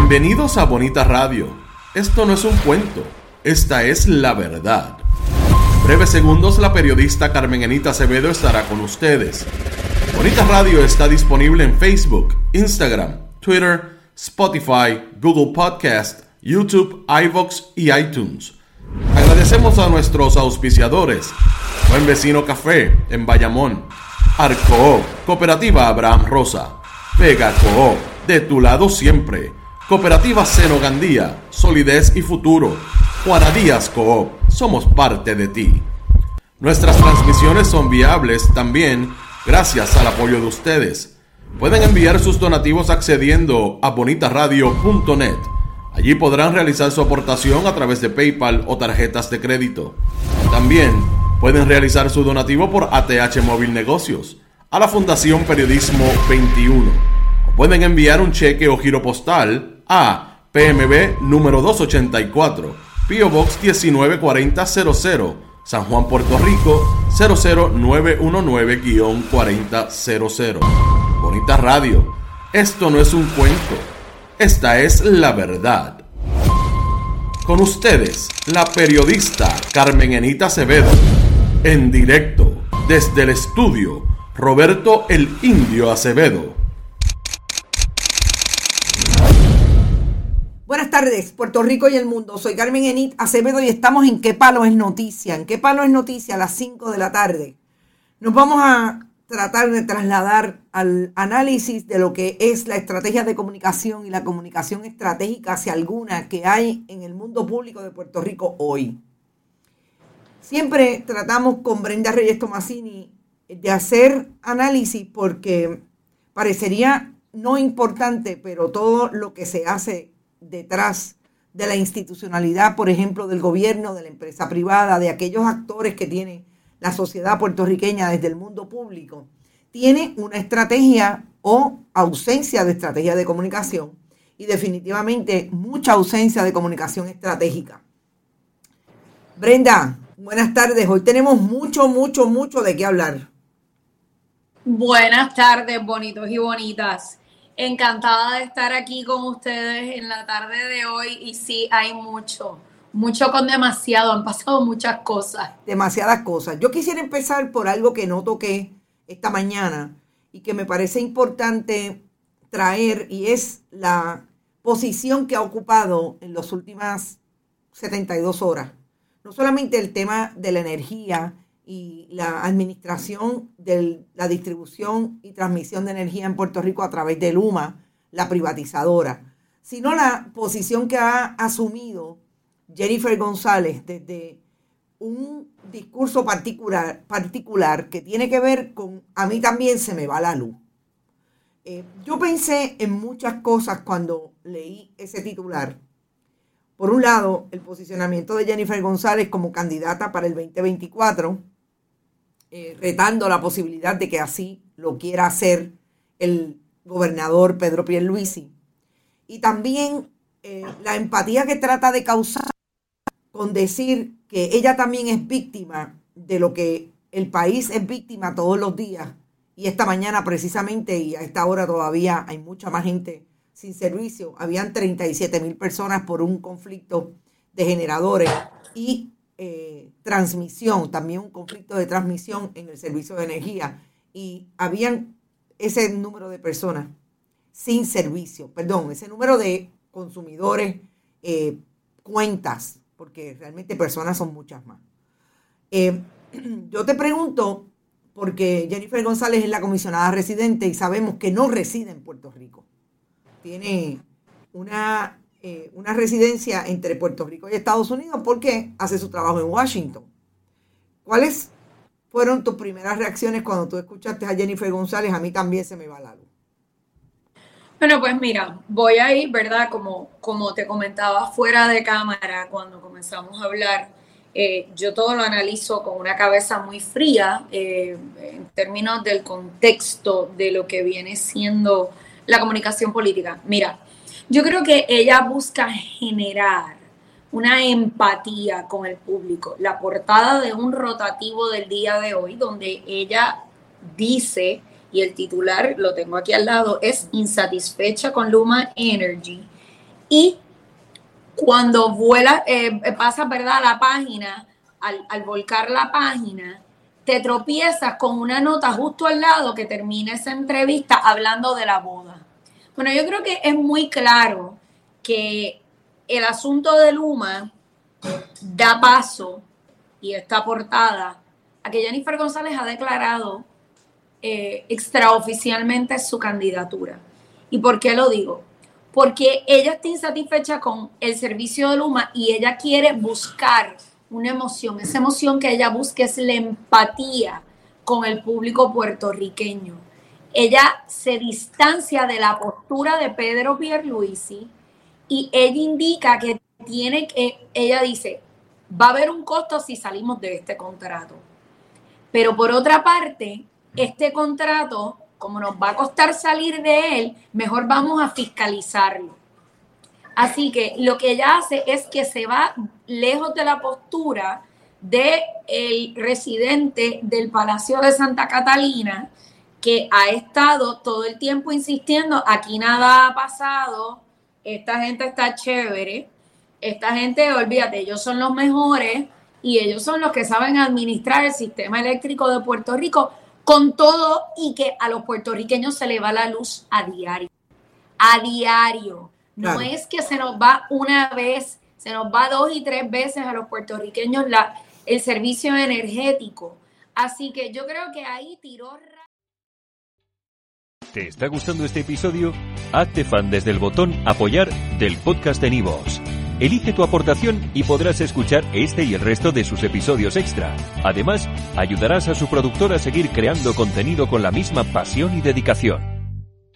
Bienvenidos a Bonita Radio. Esto no es un cuento, esta es la verdad. En breves segundos la periodista Carmen Enita Acevedo estará con ustedes. Bonita Radio está disponible en Facebook, Instagram, Twitter, Spotify, Google Podcast, YouTube, iVoox y iTunes. Agradecemos a nuestros auspiciadores: Buen Vecino Café en Bayamón, Arcoop, Cooperativa Abraham Rosa, Vega Coop, de tu lado siempre, Cooperativa Seno Gandía, Solidez y Futuro, Juana Díaz Coop, somos parte de ti. Nuestras transmisiones son viables también gracias al apoyo de ustedes. Pueden enviar sus donativos accediendo a bonitaradio.net. Allí podrán realizar su aportación a través de PayPal o tarjetas de crédito. También pueden realizar su donativo por ATH Móvil Negocios a la Fundación Periodismo 21. O pueden enviar un cheque o giro postal a PMB número 284, P.O. Box 194000, San Juan, Puerto Rico 00919-4000. Bonita Radio, esto no es un cuento, esta es la verdad. Con ustedes, la periodista Carmen Enita Acevedo, en directo desde el estudio Roberto el Indio Acevedo. Buenas tardes, Puerto Rico y el mundo. Soy Carmen Enit Acevedo y estamos en ¿Qué Palo es Noticia? En ¿Qué Palo es Noticia? A las 5 de la tarde. Nos vamos a tratar de trasladar al análisis de lo que es la estrategia de comunicación y la comunicación estratégica, si alguna, que hay en el mundo público de Puerto Rico hoy. Siempre tratamos con Brenda Reyes Tomasini de hacer análisis porque parecería no importante, pero todo lo que se hace detrás de la institucionalidad, por ejemplo, del gobierno, de la empresa privada, de aquellos actores que tiene la sociedad puertorriqueña desde el mundo público, tiene una estrategia o ausencia de estrategia de comunicación y definitivamente mucha ausencia de comunicación estratégica. Brenda, buenas tardes. Hoy tenemos mucho de qué hablar. Buenas tardes, bonitos y bonitas. Encantada de estar aquí con ustedes en la tarde de hoy y sí, hay mucho con demasiado, han pasado muchas cosas. Demasiadas cosas. Yo quisiera empezar por algo que no toqué esta mañana y que me parece importante traer, y es la posición que ha ocupado en las últimas 72 horas. No solamente el tema de la energía y la administración de la distribución y transmisión de energía en Puerto Rico a través de Luma, la privatizadora, sino la posición que ha asumido Jennifer González desde un discurso particular que tiene que ver con "a mí también se me va la luz". Yo pensé en muchas cosas cuando leí ese titular. Por un lado, el posicionamiento de Jennifer González como candidata para el 2024, retando la posibilidad de que así lo quiera hacer el gobernador Pedro Pierluisi. Y también la empatía que trata de causar con decir que ella también es víctima de lo que el país es víctima todos los días. Y esta mañana precisamente, y a esta hora todavía hay mucha más gente sin servicio, habían 37,000 personas por un conflicto de generadores y transmisión, también un conflicto de transmisión en el servicio de energía, y habían ese número de personas sin servicio, ese número de consumidores, cuentas, porque realmente personas son muchas más. Yo te pregunto, porque Jennifer González es la comisionada residente y sabemos que no reside en Puerto Rico. Tiene una residencia entre Puerto Rico y Estados Unidos porque hace su trabajo en Washington. ¿Cuáles fueron tus primeras reacciones cuando tú escuchaste a Jennifer González? A mí también se me va la luz. Bueno, pues mira, voy a ir, ¿verdad? Como te comentaba fuera de cámara cuando comenzamos a hablar, yo todo lo analizo con una cabeza muy fría en términos del contexto de lo que viene siendo la comunicación política. Mira, yo creo que ella busca generar una empatía con el público. La portada de un rotativo del día de hoy, donde ella dice, y el titular lo tengo aquí al lado, es "insatisfecha con Luma Energy", Y cuando pasas, ¿verdad?, la página, al volcar la página, te tropiezas con una nota justo al lado que termina esa entrevista hablando de la boda. Bueno, yo creo que es muy claro que el asunto de Luma da paso, y esta portada, a que Jennifer González ha declarado extraoficialmente su candidatura. ¿Y por qué lo digo? Porque ella está insatisfecha con el servicio de Luma y ella quiere buscar una emoción. Esa emoción que ella busca es la empatía con el público puertorriqueño. Ella se distancia de la postura de Pedro Pierluisi y ella indica que ella dice, va a haber un costo si salimos de este contrato. Pero por otra parte, este contrato, como nos va a costar salir de él, mejor vamos a fiscalizarlo. Así que lo que ella hace es que se va lejos de la postura del residente del Palacio de Santa Catalina, que ha estado todo el tiempo insistiendo, aquí nada ha pasado, esta gente está chévere, esta gente, olvídate, ellos son los mejores y ellos son los que saben administrar el sistema eléctrico de Puerto Rico con todo, y que a los puertorriqueños se le va la luz a diario. A diario. No claro. Es que se nos va una vez, se nos va 2 y 3 veces a los puertorriqueños el servicio energético. Así que yo creo que ahí tiró... ¿Te está gustando este episodio? Hazte fan desde el botón Apoyar del podcast de Nivos. Elige tu aportación y podrás escuchar este y el resto de sus episodios extra. Además, ayudarás a su productor a seguir creando contenido con la misma pasión y dedicación.